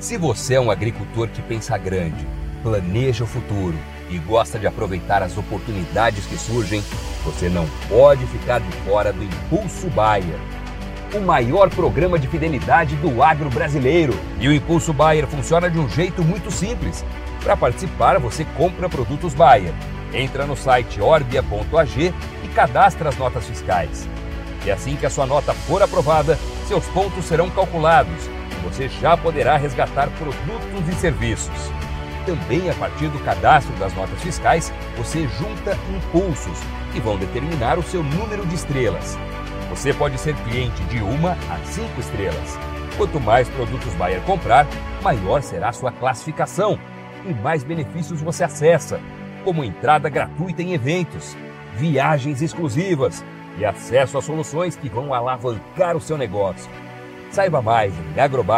Se você é um agricultor que pensa grande, planeja o futuro e gosta de aproveitar as oportunidades que surgem, você não pode ficar de fora do Impulso Bayer, o maior programa de fidelidade do agro brasileiro. E o Impulso Bayer funciona de um jeito muito simples. Para participar, você compra produtos Bayer, entra no site orbia.ag e cadastra as notas fiscais. E assim que a sua nota for aprovada, seus pontos serão calculados e você já poderá resgatar produtos e serviços. Também, a partir do cadastro das notas fiscais, você junta impulsos que vão determinar o seu número de estrelas. Você pode ser cliente de 1 a 5 estrelas. Quanto mais produtos Bayer comprar, maior será a sua classificação e mais benefícios você acessa, como entrada gratuita em eventos, viagens exclusivas e acesso a soluções que vão alavancar o seu negócio. Saiba mais em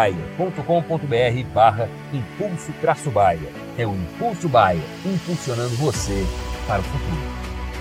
agrobayer.com.br/impulso-bayer. É o Impulso Bayer, impulsionando você para o futuro.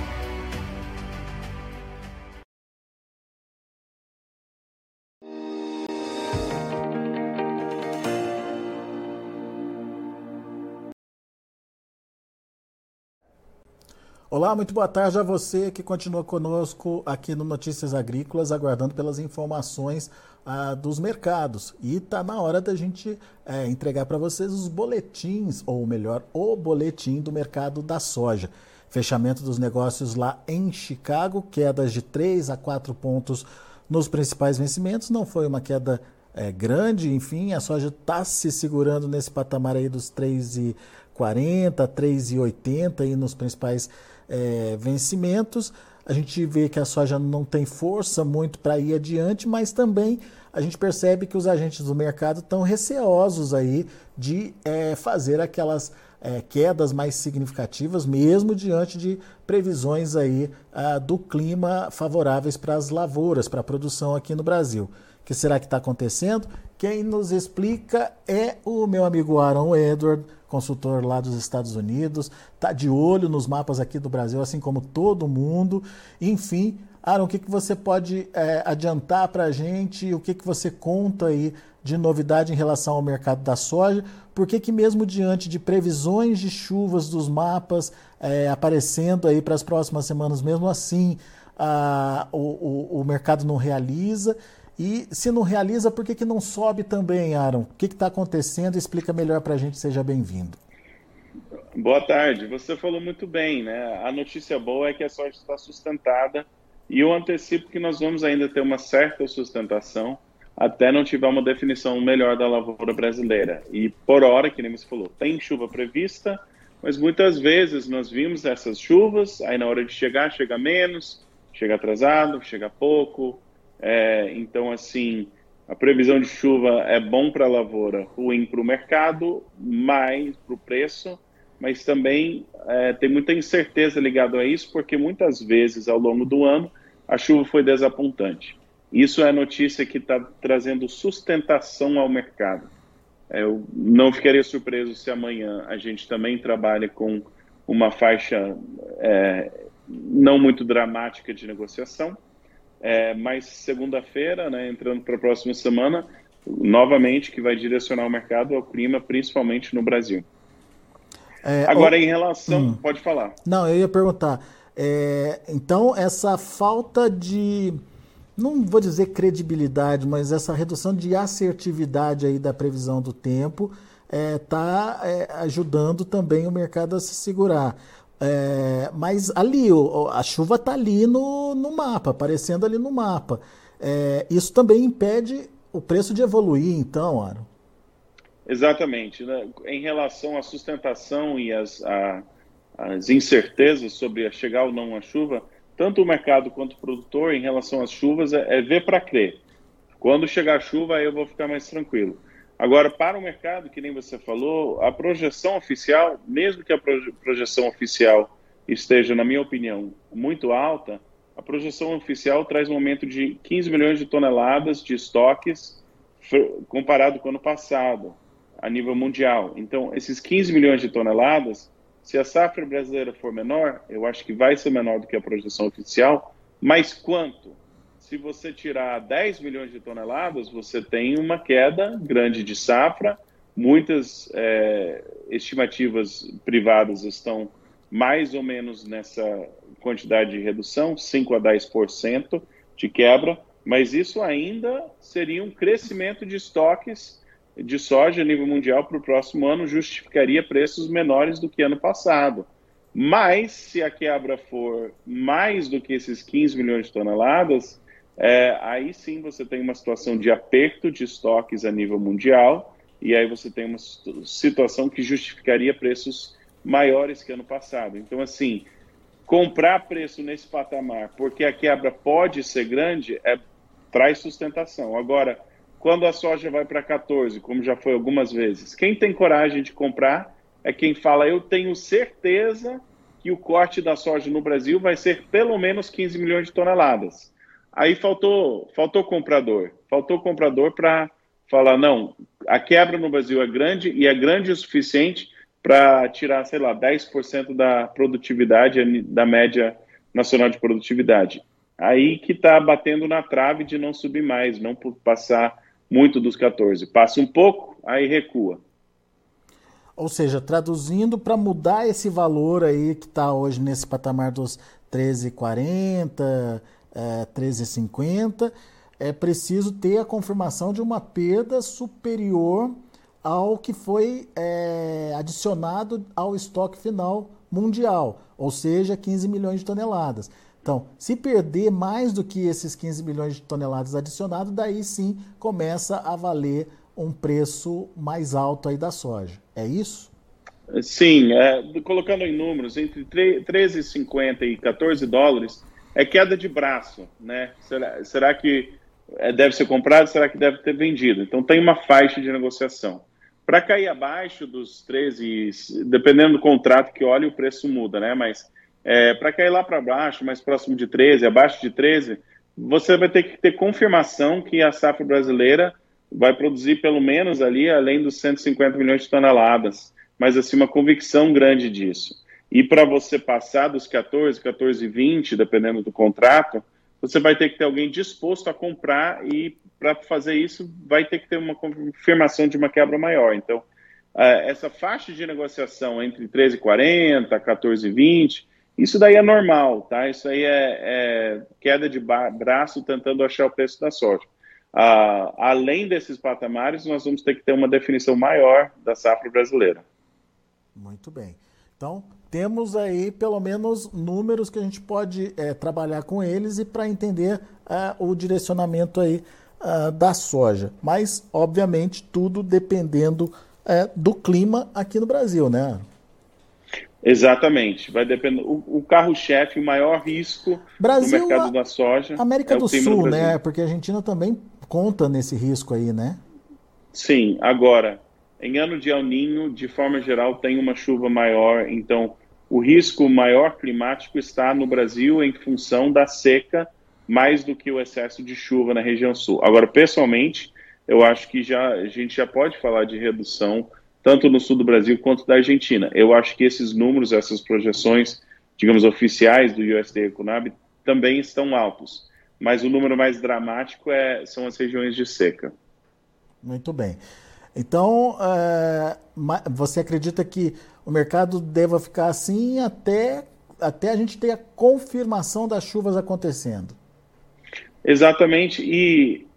Olá, muito boa tarde a você que continua conosco aqui no Notícias Agrícolas, aguardando pelas informações dos mercados. E está na hora da gente entregar para vocês os boletins, ou melhor, o boletim do mercado da soja. Fechamento dos negócios lá em Chicago, quedas de 3 a 4 pontos nos principais vencimentos. Não foi uma queda grande, enfim, a soja está se segurando nesse patamar aí dos 3,40, 3,80 aí nos principais vencimentos. A gente vê que a soja não tem força muito para ir adiante, mas também a gente percebe que os agentes do mercado estão receosos aí de fazer aquelas quedas mais significativas, mesmo diante de previsões aí do clima favoráveis para as lavouras, para a produção aqui no Brasil. O que será que está acontecendo? Quem nos explica é o meu amigo Aaron Edward, consultor lá dos Estados Unidos, está de olho nos mapas aqui do Brasil, assim como todo mundo. Enfim, Aaron, o que você pode adiantar para a gente? O que você conta aí de novidade em relação ao mercado da soja? Por que mesmo diante de previsões de chuvas dos mapas aparecendo aí para as próximas semanas, mesmo assim o mercado não realiza? E se não realiza, por que não sobe também, Aaron? O que está acontecendo? Explica melhor para a gente, seja bem-vindo. Boa tarde, você falou muito bem, né? A notícia boa é que a soja está sustentada e eu antecipo que nós vamos ainda ter uma certa sustentação até não tiver uma definição melhor da lavoura brasileira. E por hora, que nem você falou, tem chuva prevista, mas muitas vezes nós vimos essas chuvas, aí na hora de chegar, chega menos, chega atrasado, chega pouco. Então, assim, a previsão de chuva é bom para a lavoura, ruim para o mercado, mais para o preço, mas também tem muita incerteza ligada a isso, porque muitas vezes ao longo do ano a chuva foi desapontante. Isso é a notícia que está trazendo sustentação ao mercado. Eu não ficaria surpreso se amanhã a gente também trabalha com uma faixa não muito dramática de negociação. Mas segunda-feira, né, entrando para a próxima semana, novamente, que vai direcionar o mercado ao clima, principalmente no Brasil. Agora, em relação... Pode falar. Não, eu ia perguntar. Então, essa falta de, não vou dizer credibilidade, mas essa redução de assertividade aí da previsão do tempo está ajudando também o mercado a se segurar. Mas ali, a chuva está ali no mapa, aparecendo ali no mapa. Isso também impede o preço de evoluir, então, Aaron? Exatamente. Né? Em relação à sustentação e as incertezas sobre chegar ou não a chuva, tanto o mercado quanto o produtor, em relação às chuvas, é ver para crer. Quando chegar a chuva, aí eu vou ficar mais tranquilo. Agora, para o mercado, que nem você falou, a projeção oficial, mesmo que a projeção oficial esteja, na minha opinião, muito alta, a projeção oficial traz um aumento de 15 milhões de toneladas de estoques comparado com o ano passado, a nível mundial. Então, esses 15 milhões de toneladas, se a safra brasileira for menor, eu acho que vai ser menor do que a projeção oficial, mas quanto? Se você tirar 10 milhões de toneladas, você tem uma queda grande de safra, muitas estimativas privadas estão mais ou menos nessa quantidade de redução, 5 a 10% de quebra, mas isso ainda seria um crescimento de estoques de soja a nível mundial para o próximo ano, justificaria preços menores do que ano passado. Mas, se a quebra for mais do que esses 15 milhões de toneladas, aí sim você tem uma situação de aperto de estoques a nível mundial, e aí você tem uma situação que justificaria preços maiores que ano passado. Então, assim, comprar preço nesse patamar, porque a quebra pode ser grande, traz sustentação. Agora, quando a soja vai para 14, como já foi algumas vezes, quem tem coragem de comprar é quem fala, eu tenho certeza que o corte da soja no Brasil vai ser pelo menos 15 milhões de toneladas. Aí faltou comprador para falar, não, a quebra no Brasil é grande e é grande o suficiente para tirar, sei lá, 10% da produtividade, da média nacional de produtividade. Aí que está batendo na trave de não subir mais, não passar muito dos 14. Passa um pouco, aí recua. Ou seja, traduzindo, para mudar esse valor aí que está hoje nesse patamar dos 13,40, 13,50, é preciso ter a confirmação de uma perda superior ao que foi adicionado ao estoque final mundial, ou seja, 15 milhões de toneladas. Então, se perder mais do que esses 15 milhões de toneladas adicionados, daí sim começa a valer um preço mais alto aí da soja. É isso? Sim, colocando em números, entre 13,50 e 14 dólares é queda de braço, né? Será que deve ser comprado? Será que deve ter vendido? Então tem uma faixa de negociação. Para cair abaixo dos 13, dependendo do contrato que olha, o preço muda, né? Mas para cair lá para baixo, mais próximo de 13, abaixo de 13, você vai ter que ter confirmação que a safra brasileira vai produzir pelo menos ali, além dos 150 milhões de toneladas, mas assim, uma convicção grande disso. E para você passar dos 14, 14,20, dependendo do contrato, você vai ter que ter alguém disposto a comprar e para fazer isso vai ter que ter uma confirmação de uma quebra maior. Então, essa faixa de negociação entre 13,40, 14,20, isso daí é normal, tá? Isso aí é queda de braço tentando achar o preço da soja. Além desses patamares, nós vamos ter que ter uma definição maior da safra brasileira. Muito bem. Então, temos aí pelo menos números que a gente pode trabalhar com eles e para entender o direcionamento aí da soja. Mas, obviamente, tudo dependendo do clima aqui no Brasil, né? Exatamente. Vai depender. O carro-chefe, o maior risco Brasil, do mercado da soja América é o do clima do Sul, Brasil. né? Porque a Argentina também conta nesse risco aí, né? Sim. Agora, em ano de El Niño, de forma geral, tem uma chuva maior. Então, o risco maior climático está no Brasil em função da seca, mais do que o excesso de chuva na região sul. Agora, pessoalmente, eu acho que a gente já pode falar de redução tanto no sul do Brasil quanto da Argentina. Eu acho que esses números, essas projeções, digamos, oficiais do USDA Conab também estão altos. Mas o número mais dramático são as regiões de seca. Muito bem. Então, você acredita que o mercado deva ficar assim até a gente ter a confirmação das chuvas acontecendo? Exatamente. E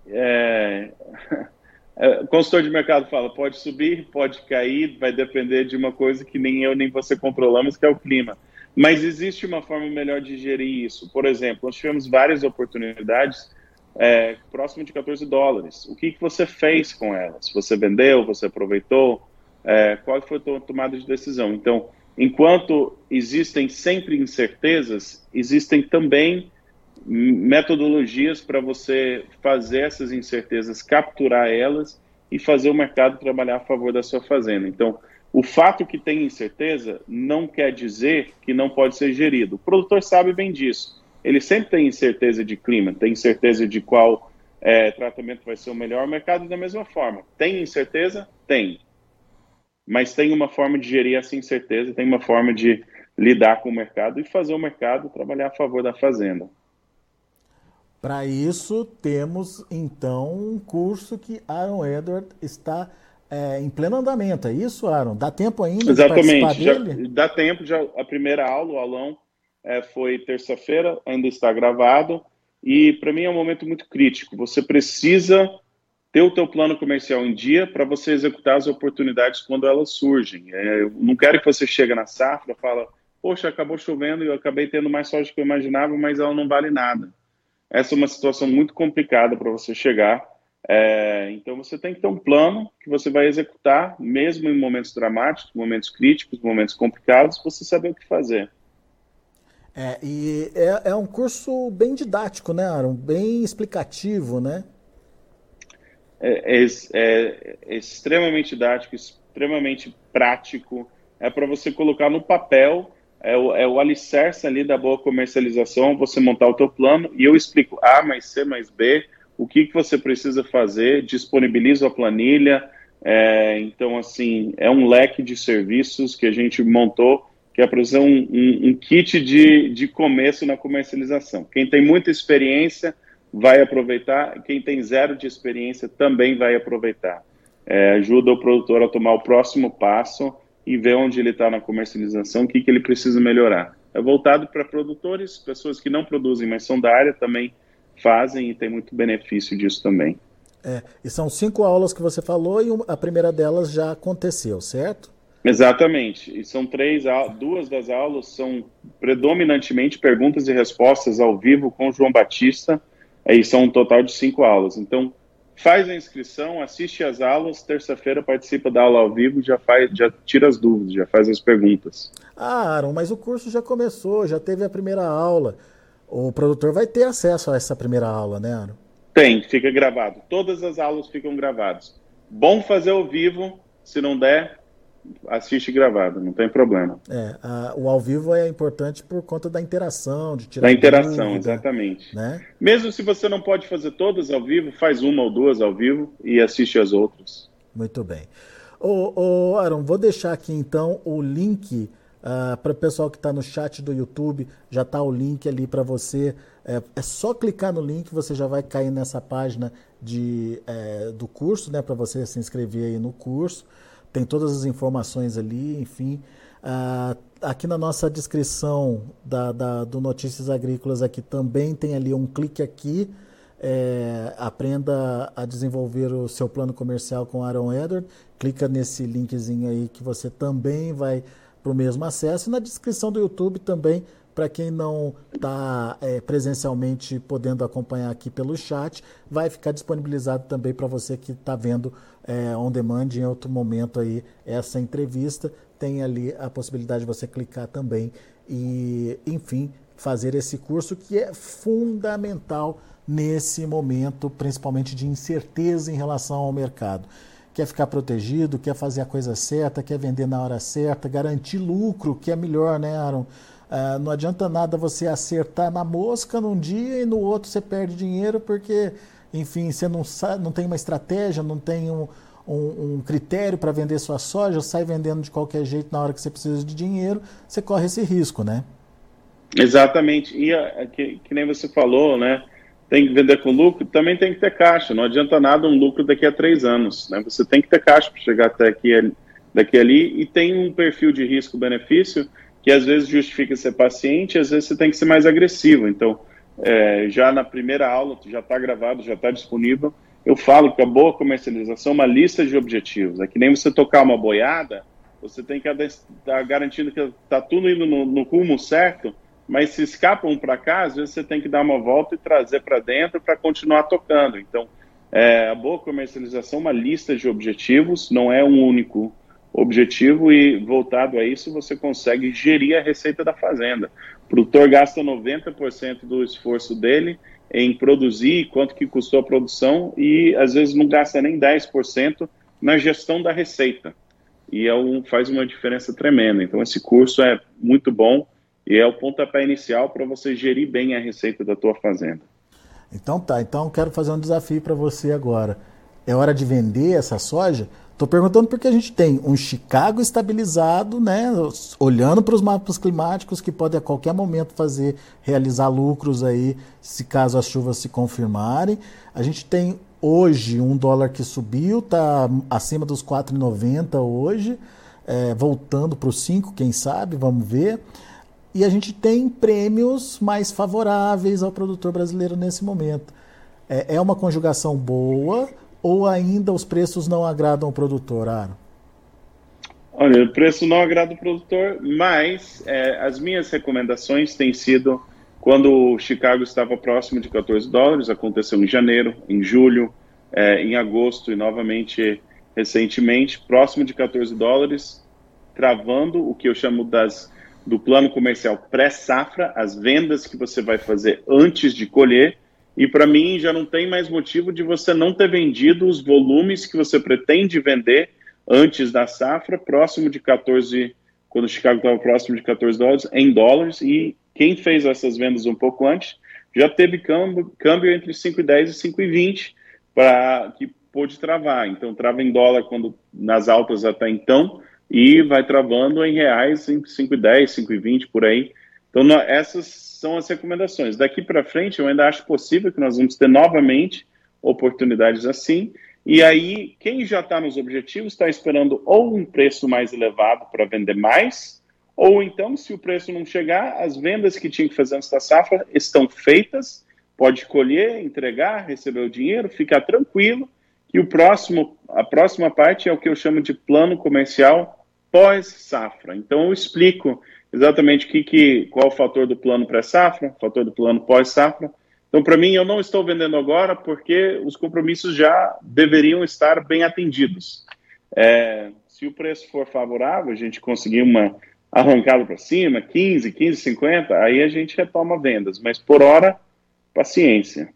o consultor de mercado fala, pode subir, pode cair, vai depender de uma coisa que nem eu nem você controlamos, que é o clima. Mas existe uma forma melhor de gerir isso. Por exemplo, nós tivemos várias oportunidades próximo de 14 dólares. O que você fez com elas? Você vendeu? Você aproveitou? Qual foi a tua tomada de decisão? Então, enquanto existem sempre incertezas, existem também metodologias para você fazer essas incertezas, capturar elas e fazer o mercado trabalhar a favor da sua fazenda. Então, o fato que tem incerteza não quer dizer que não pode ser gerido. O produtor sabe bem disso. Ele sempre tem incerteza de clima, tem incerteza de qual tratamento vai ser o melhor. O mercado da mesma forma. Tem incerteza? Tem. Mas tem uma forma de gerir essa incerteza, tem uma forma de lidar com o mercado e fazer o mercado trabalhar a favor da fazenda. Para isso, temos, então, um curso que Aaron Edward está em pleno andamento, é isso, Aaron? Dá tempo ainda de participar Exatamente, dele? dá tempo, já a primeira aula, o aulão, foi terça-feira, ainda está gravado, e para mim é um momento muito crítico. Você precisa ter o teu plano comercial em dia para você executar as oportunidades quando elas surgem. Eu não quero que você chegue na safra e fala, poxa, acabou chovendo e eu acabei tendo mais soja do que eu imaginava, mas ela não vale nada. Essa é uma situação muito complicada para você chegar. Então você tem que ter um plano que você vai executar, mesmo em momentos dramáticos, momentos críticos, momentos complicados, você saber o que fazer. É um curso bem didático, né, Aaron? Bem explicativo, né? É extremamente didático, extremamente prático, para você colocar no papel, o alicerce ali da boa comercialização, você montar o teu plano, e eu explico A mais C mais B, o que você precisa fazer, disponibilizo a planilha, então, assim, é um leque de serviços que a gente montou, que é para ser um kit de começo na comercialização. Quem tem muita experiência vai aproveitar, quem tem zero de experiência também vai aproveitar. Ajuda o produtor a tomar o próximo passo e ver onde ele está na comercialização, o que ele precisa melhorar. É voltado para produtores, pessoas que não produzem, mas são da área, também fazem e tem muito benefício disso também. E são 5 aulas que você falou e a primeira delas já aconteceu, certo? Exatamente. E são 2 das aulas são predominantemente perguntas e respostas ao vivo com o João Batista, e são um total de 5 aulas. Então, faz a inscrição, assiste às aulas, terça-feira participa da aula ao vivo, já tira as dúvidas, já faz as perguntas. Aaron, mas o curso já começou, já teve a primeira aula. O produtor vai ter acesso a essa primeira aula, né, Aaron? Fica gravado. Todas as aulas ficam gravadas. Bom fazer ao vivo, se não der, assiste gravado, não tem problema. O ao vivo é importante por conta da interação, de tirar da interação, dúvida, exatamente. Né? Mesmo se você não pode fazer todas ao vivo, faz 1 ou 2 ao vivo e assiste as outras. Muito bem. Aaron, vou deixar aqui então o link para o pessoal que está no chat do YouTube, já está o link ali para você. É só clicar no link, você já vai cair nessa página do curso, né, para você se inscrever aí no curso. Tem todas as informações ali, enfim. Aqui na nossa descrição do Notícias Agrícolas aqui também tem ali um clique aqui. Aprenda a desenvolver o seu plano comercial com Aaron Edward. Clica nesse linkzinho aí que você também vai para o mesmo acesso. E na descrição do YouTube também, para quem não está presencialmente podendo acompanhar aqui pelo chat, vai ficar disponibilizado também para você que está vendo on demand em outro momento aí essa entrevista. Tem ali a possibilidade de você clicar também e, enfim, fazer esse curso que é fundamental nesse momento, principalmente de incerteza em relação ao mercado. Quer ficar protegido, quer fazer a coisa certa, quer vender na hora certa, garantir lucro, que é melhor, né, Aaron? Não adianta nada você acertar na mosca num dia e no outro você perde dinheiro porque, enfim, você não tem uma estratégia, não tem um critério para vender sua soja, sai vendendo de qualquer jeito na hora que você precisa de dinheiro, você corre esse risco, né? Exatamente. E que nem você falou, né? Tem que vender com lucro, também tem que ter caixa. Não adianta nada um lucro daqui a 3 anos, né? Você tem que ter caixa para chegar até daqui ali, e tem um perfil de risco-benefício que às vezes justifica ser paciente, às vezes você tem que ser mais agressivo. Então, já na primeira aula, já está gravado, já está disponível, eu falo que a boa comercialização é uma lista de objetivos. É que nem você tocar uma boiada, você tem que estar garantindo que está tudo indo no rumo certo, mas se escapa um para cá, às vezes você tem que dar uma volta e trazer para dentro para continuar tocando. Então, a boa comercialização é uma lista de objetivos, não é um único objetivo, e voltado a isso você consegue gerir a receita da fazenda. O produtor gasta 90% do esforço dele em produzir, quanto que custou a produção, e às vezes não gasta nem 10% na gestão da receita. E faz uma diferença tremenda. Então esse curso é muito bom e é o pontapé inicial para você gerir bem a receita da tua fazenda. Então tá, então quero fazer um desafio para você agora. É hora de vender essa soja? Estou perguntando porque a gente tem um Chicago estabilizado, né, olhando para os mapas climáticos, que pode a qualquer momento realizar lucros aí, se caso as chuvas se confirmarem. A gente tem hoje um dólar que subiu, está acima dos 4,90 hoje, voltando para os 5, quem sabe, vamos ver. E a gente tem prêmios mais favoráveis ao produtor brasileiro nesse momento. É uma conjugação boa ou ainda os preços não agradam o produtor, Aaron? Olha, o preço não agrada o produtor, mas as minhas recomendações têm sido, quando o Chicago estava próximo de 14 dólares, aconteceu em janeiro, em julho, em agosto e novamente recentemente, próximo de 14 dólares, travando o que eu chamo do plano comercial pré-safra, as vendas que você vai fazer antes de colher. E para mim já não tem mais motivo de você não ter vendido os volumes que você pretende vender antes da safra, próximo de 14, quando o Chicago estava próximo de 14 dólares, em dólares, e quem fez essas vendas um pouco antes já teve câmbio entre 5,10 e 5,20 que pôde travar. Então trava em dólar quando nas altas até então e vai travando em reais em 5,10, 5,20 por aí. Então essas são as recomendações. Daqui para frente eu ainda acho possível que nós vamos ter novamente oportunidades assim. E aí, quem já está nos objetivos está esperando ou um preço mais elevado para vender mais, ou então, se o preço não chegar, as vendas que tinha que fazer antes da safra estão feitas, pode colher, entregar, receber o dinheiro, ficar tranquilo, que a próxima parte é o que eu chamo de plano comercial pós-safra. Então, eu explico exatamente qual é o fator do plano pré-safra, o fator do plano pós-safra. Então, para mim, eu não estou vendendo agora porque os compromissos já deveriam estar bem atendidos. Se o preço for favorável, a gente conseguir uma arrancada para cima, 15, 50, aí a gente retoma vendas. Mas, por hora, paciência.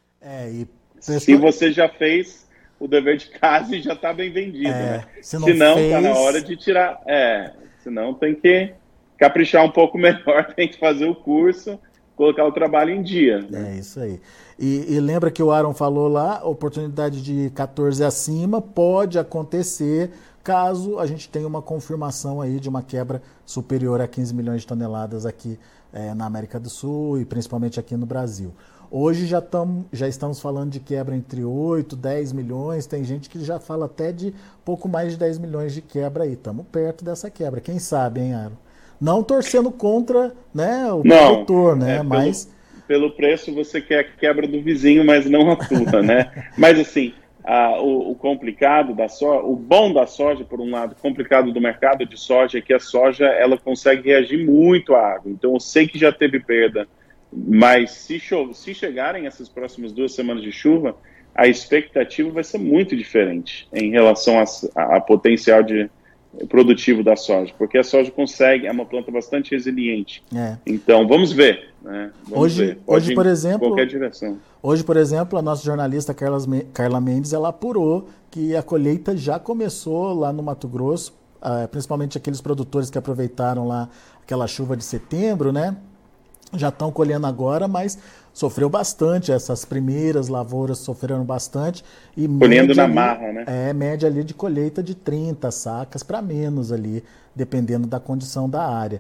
Se você já fez o dever de casa e já está bem vendido, né? Senão está na hora de tirar. Senão tem que caprichar um pouco melhor, tem que fazer o curso, colocar o trabalho em dia. Né? É isso aí. E lembra que o Aaron falou lá, oportunidade de 14 acima pode acontecer caso a gente tenha uma confirmação aí de uma quebra superior a 15 milhões de toneladas aqui na América do Sul e principalmente aqui no Brasil. Hoje já estamos falando de quebra entre 8, 10 milhões, tem gente que já fala até de pouco mais de 10 milhões de quebra aí. Estamos perto dessa quebra. Quem sabe, hein, Aaron? Não torcendo contra, né, o produtor, né? Mas pelo preço você quer a quebra do vizinho, mas não a tua, né? Mas assim, o complicado da soja, o bom da soja, por um lado, complicado do mercado de soja é que a soja ela consegue reagir muito à água. Então eu sei que já teve perda, mas se chegarem essas próximas 2 semanas de chuva, a expectativa vai ser muito diferente em relação a potencial produtivo da soja, porque a soja é uma planta bastante resiliente. Então, vamos ver. Né? Hoje, por exemplo, qualquer direção. Hoje, por exemplo, a nossa jornalista Carla Mendes, ela apurou que a colheita já começou lá no Mato Grosso, principalmente aqueles produtores que aproveitaram lá aquela chuva de setembro, né? Já estão colhendo agora, mas sofreu bastante, essas primeiras lavouras sofreram bastante. E colhendo na marra, né? Média ali de colheita de 30 sacas para menos ali, dependendo da condição da área.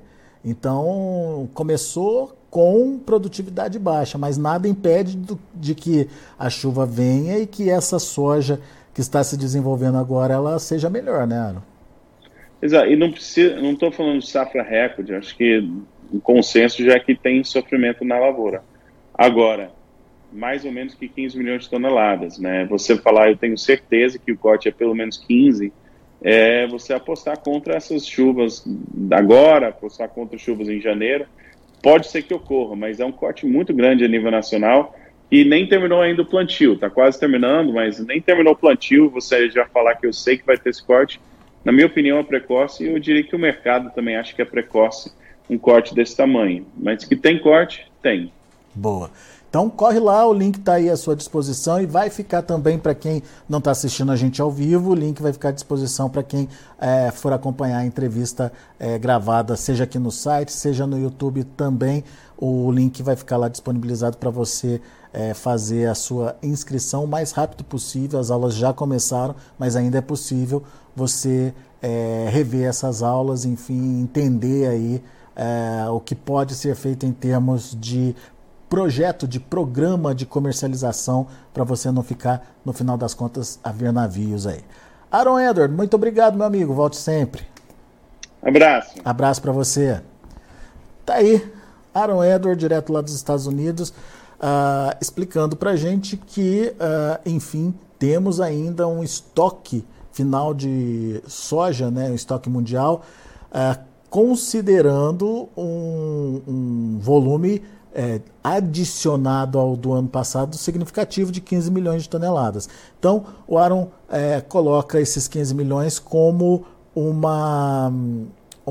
Então, começou com produtividade baixa, mas nada impede de que a chuva venha e que essa soja que está se desenvolvendo agora, ela seja melhor, né, Aaron? Exato, e não estou falando de safra recorde, acho que o consenso já é que tem sofrimento na lavoura. Agora, mais ou menos que 15 milhões de toneladas, né? Você falar, eu tenho certeza que o corte é pelo menos 15, você apostar contra essas chuvas agora, apostar contra chuvas em janeiro, pode ser que ocorra, mas é um corte muito grande a nível nacional e nem terminou ainda o plantio, está quase terminando, mas nem terminou o plantio, você já falar que eu sei que vai ter esse corte, na minha opinião é precoce e eu diria que o mercado também acha que é precoce um corte desse tamanho, mas que tem corte, tem. Boa. Então corre lá, o link está aí à sua disposição e vai ficar também para quem não está assistindo a gente ao vivo, o link vai ficar à disposição para quem for acompanhar a entrevista gravada, seja aqui no site, seja no YouTube também, o link vai ficar lá disponibilizado para você fazer a sua inscrição o mais rápido possível, as aulas já começaram, mas ainda é possível você rever essas aulas, enfim, entender aí o que pode ser feito em termos de projeto, de programa de comercialização, para você não ficar, no final das contas, a ver navios aí. Aaron Edward, muito obrigado, meu amigo. Volte sempre. Abraço. Abraço para você. Tá aí, Aaron Edward, direto lá dos Estados Unidos, explicando para a gente que, enfim, temos ainda um estoque final de soja, né, um estoque mundial, considerando um volume adicionado ao do ano passado significativo de 15 milhões de toneladas. Então, o Aaron coloca esses 15 milhões como um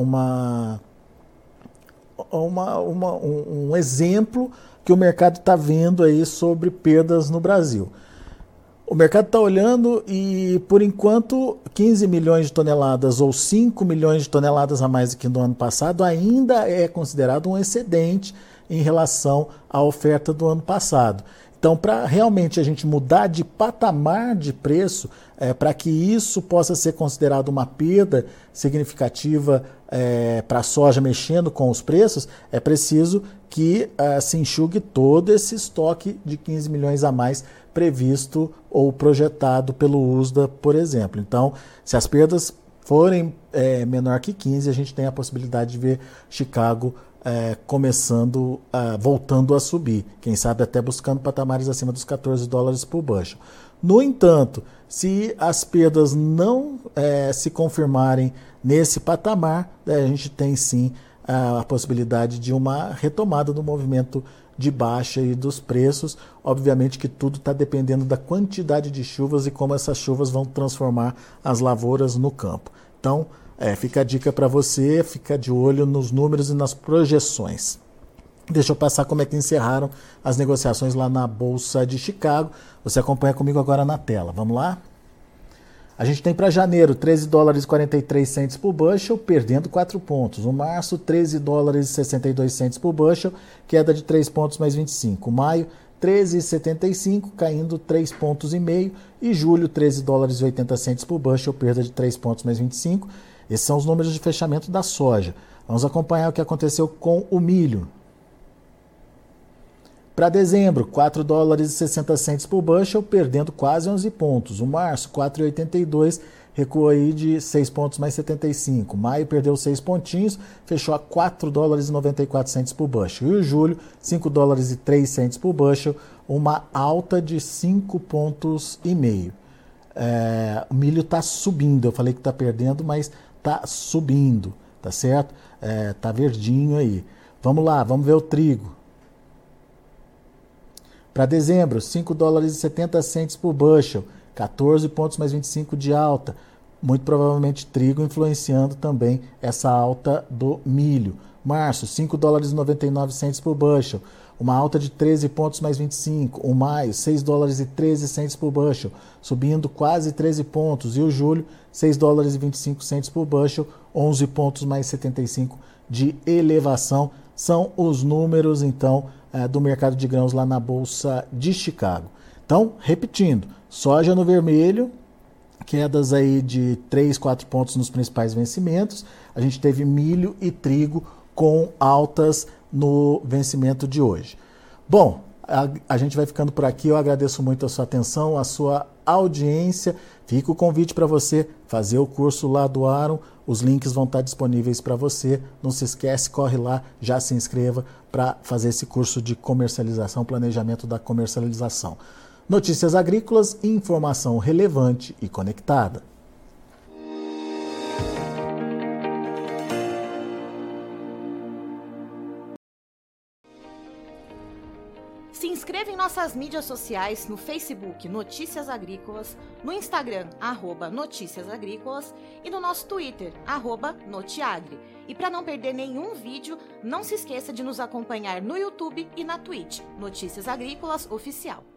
exemplo que o mercado está vendo aí sobre perdas no Brasil. O mercado está olhando e, por enquanto, 15 milhões de toneladas ou 5 milhões de toneladas a mais do que no ano passado ainda é considerado um excedente em relação à oferta do ano passado. Então, para realmente a gente mudar de patamar de preço, para que isso possa ser considerado uma perda significativa para a soja mexendo com os preços, é preciso que se enxugue todo esse estoque de 15 milhões a mais previsto ou projetado pelo USDA, por exemplo. Então, se as perdas forem menor que 15, a gente tem a possibilidade de ver Chicago voltando a subir, quem sabe até buscando patamares acima dos $14 por bushel. No entanto, se as perdas não se confirmarem nesse patamar, a gente tem sim a possibilidade de uma retomada do movimento de baixa e dos preços. Obviamente que tudo está dependendo da quantidade de chuvas e como essas chuvas vão transformar as lavouras no campo. Então, fica a dica para você, fica de olho nos números e nas projeções. Deixa eu passar como é que encerraram as negociações lá na Bolsa de Chicago. Você acompanha comigo agora na tela. Vamos lá? A gente tem para janeiro $13,43 por bushel, perdendo 4 pontos. O março, $13,62 por bushel, queda de 3 pontos mais 25. Maio, $13,75, caindo 3 pontos e meio. E julho, $13,80 por bushel, perda de 3 pontos mais 25. Esses são os números de fechamento da soja. Vamos acompanhar o que aconteceu com o milho. Para dezembro, $4,60 por bushel, perdendo quase 11 pontos. O março, $4,82, recuou aí de 6 pontos mais 75. Maio perdeu 6 pontinhos, fechou a $4,94 por bushel. E o julho, $5,03 por bushel, uma alta de 5 pontos e meio. O milho está subindo, eu falei que está perdendo, mas está subindo, tá certo? Está verdinho aí. Vamos lá, vamos ver o trigo. Para dezembro, $5,70 por bushel, 14 pontos mais 25 de alta. Muito provavelmente trigo influenciando também essa alta do milho. Março, $5,99 por bushel, uma alta de 13 pontos mais 25. O maio, $6,13 por bushel, subindo quase 13 pontos. E o julho, $6,25 por bushel, 11 pontos mais 75 de elevação. São os números, então, do mercado de grãos lá na Bolsa de Chicago. Então, repetindo, soja no vermelho, quedas aí de 3, 4 pontos nos principais vencimentos. A gente teve milho e trigo com altas no vencimento de hoje. Bom, a gente vai ficando por aqui. Eu agradeço muito a sua atenção, a sua audiência. Fica o convite para você fazer o curso lá do Aaron. Os links vão estar disponíveis para você. Não se esquece, corre lá, já se inscreva para fazer esse curso de comercialização, planejamento da comercialização. Notícias agrícolas, informação relevante e conectada. Se inscreva em nossas mídias sociais, no Facebook Notícias Agrícolas, no Instagram @Notícias Agrícolas e no nosso Twitter @Notiagre. E para não perder nenhum vídeo, não se esqueça de nos acompanhar no YouTube e na Twitch, Notícias Agrícolas Oficial.